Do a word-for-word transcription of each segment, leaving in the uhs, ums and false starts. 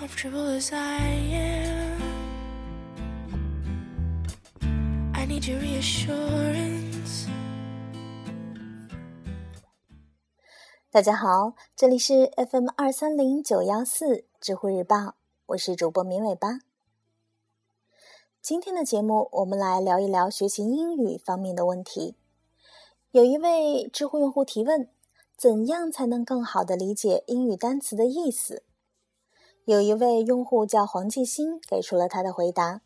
comfortable as I am, I need your reassurance. 大家好，这里是 F M 二三零九一四知乎日报，我是主播明尾巴。今天的节目我们来聊一聊学习英语方面的问题。有一位知乎用户提问，怎样才能更好地理解英语单词的意思？有一位用户叫黄继新，给出了他的回答。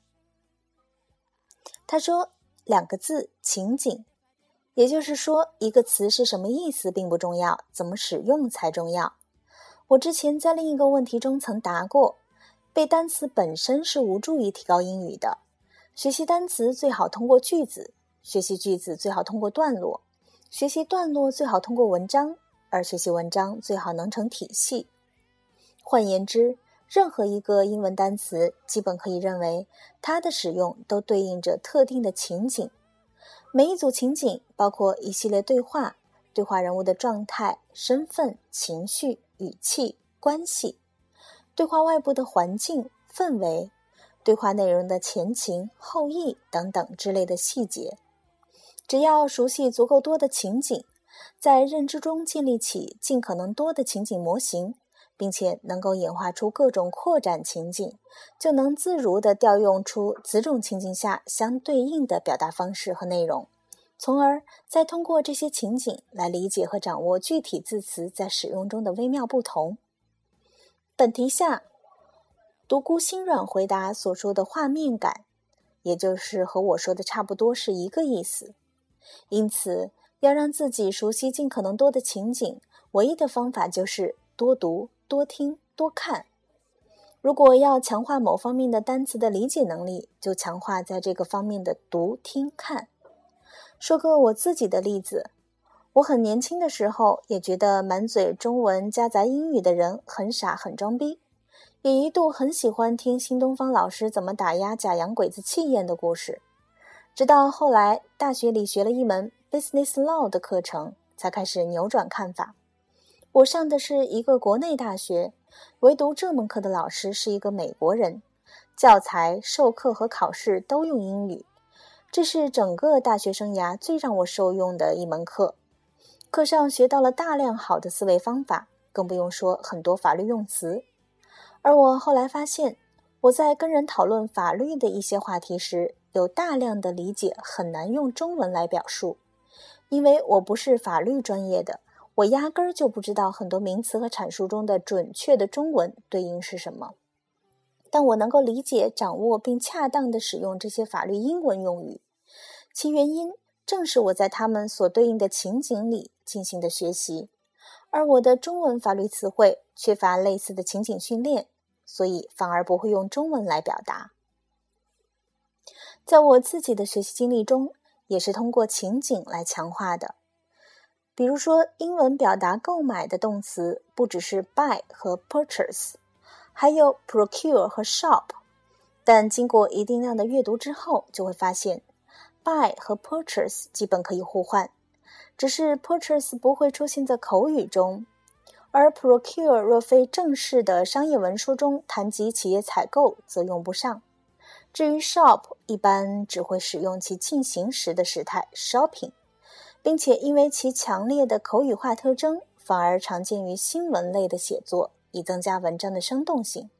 他说，两个字，情景。也就是说，一个词是什么意思并不重要，怎么使用才重要。我之前在另一个问题中曾答过，背单词本身是无助于提高英语的。学习单词最好通过句子，学习句子最好通过段落，学习段落最好通过文章，而学习文章最好能成体系。换言之，任何一个英文单词基本可以认为它的使用都对应着特定的情景。每一组情景包括一系列对话，对话人物的状态、身份、情绪、语气、关系，对话外部的环境、氛围，对话内容的前情、后意等等之类的细节。只要熟悉足够多的情景，在认知中建立起尽可能多的情景模型，并且能够演化出各种扩展情景，就能自如地调用出此种情境下相对应的表达方式和内容，从而再通过这些情景来理解和掌握具体字词在使用中的微妙不同。本题下，独孤心软回答所说的画面感，也就是和我说的差不多是一个意思。因此，要让自己熟悉尽可能多的情景，唯一的方法就是多读、多听、多看。如果要强化某方面的单词的理解能力，就强化在这个方面的读、听、看。说个我自己的例子，我很年轻的时候也觉得满嘴中文夹杂英语的人很傻很装逼，也一度很喜欢听新东方老师怎么打压假洋鬼子气焰的故事。直到后来大学里学了一门 Business Law 的课程，才开始扭转看法。我上的是一个国内大学，唯独这门课的老师是一个美国人，教材、授课和考试都用英语。这是整个大学生涯最让我受用的一门课。课上学到了大量好的思维方法，更不用说很多法律用词。而我后来发现，我在跟人讨论法律的一些话题时，有大量的理解很难用中文来表述，因为我不是法律专业的，我压根儿就不知道很多名词和阐述中的准确的中文对应是什么。但我能够理解、掌握并恰当地使用这些法律英文用语，其原因正是我在他们所对应的情景里进行的学习，而我的中文法律词汇缺乏类似的情景训练，所以反而不会用中文来表达。在我自己的学习经历中，也是通过情景来强化的。比如说，英文表达购买的动词不只是 buy 和 purchase， 还有 procure 和 shop， 但经过一定量的阅读之后，就会发现 buy 和 purchase 基本可以互换，只是 purchase 不会出现在口语中，而 procure 若非正式的商业文书中谈及企业采购，则用不上。至于 shop， 一般只会使用其进行时的时态 shopping， 并且因为其强烈的口语化特征，反而常见于新闻类的写作，以增加文章的生动性。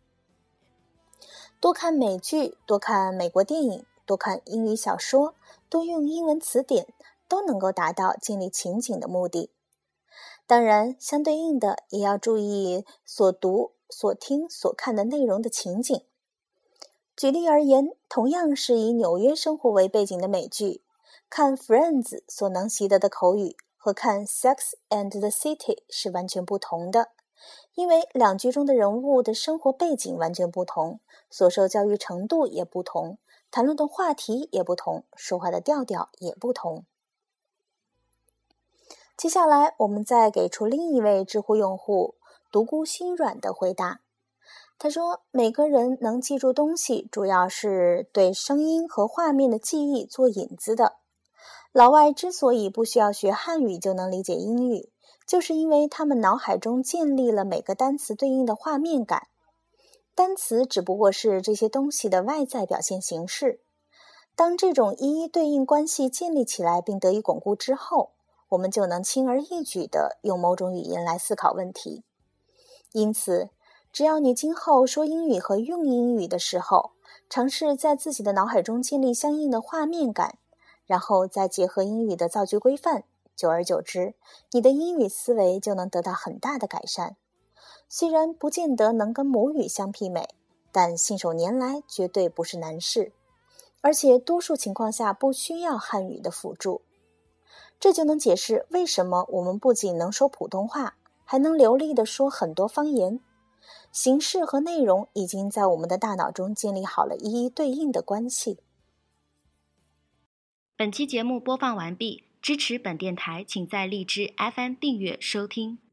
多看美剧，多看美国电影，多看英语小说，多用英文词典，都能够达到建立情景的目的。当然，相对应的也要注意所读、所听、所看的内容的情景。举例而言，同样是以纽约生活为背景的美剧，看 Friends 所能习得的口语和看 Sex and the City 是完全不同的，因为两剧中的人物的生活背景完全不同，所受教育程度也不同，谈论的话题也不同，说话的调调也不同。接下来我们再给出另一位知乎用户独孤心软的回答。他说，每个人能记住东西，主要是对声音和画面的记忆做引子的。老外之所以不需要学汉语就能理解英语，就是因为他们脑海中建立了每个单词对应的画面感。 单词只不过是这些东西的外在表现形式。当这种一一对应关系建立起来并得以巩固之后，我们就能轻而易举地用某种语言来思考问题。因此，只要你今后说英语和用英语的时候，尝试在自己的脑海中建立相应的画面感，然后再结合英语的造句规范，久而久之，你的英语思维就能得到很大的改善。虽然不见得能跟母语相媲美，但信手拈来绝对不是难事，而且多数情况下不需要汉语的辅助。这就能解释为什么我们不仅能说普通话，还能流利地说很多方言。形式和内容已经在我们的大脑中建立好了一一对应的关系。 本期节目播放完毕，支持本电台请在荔枝 F M 订阅收听。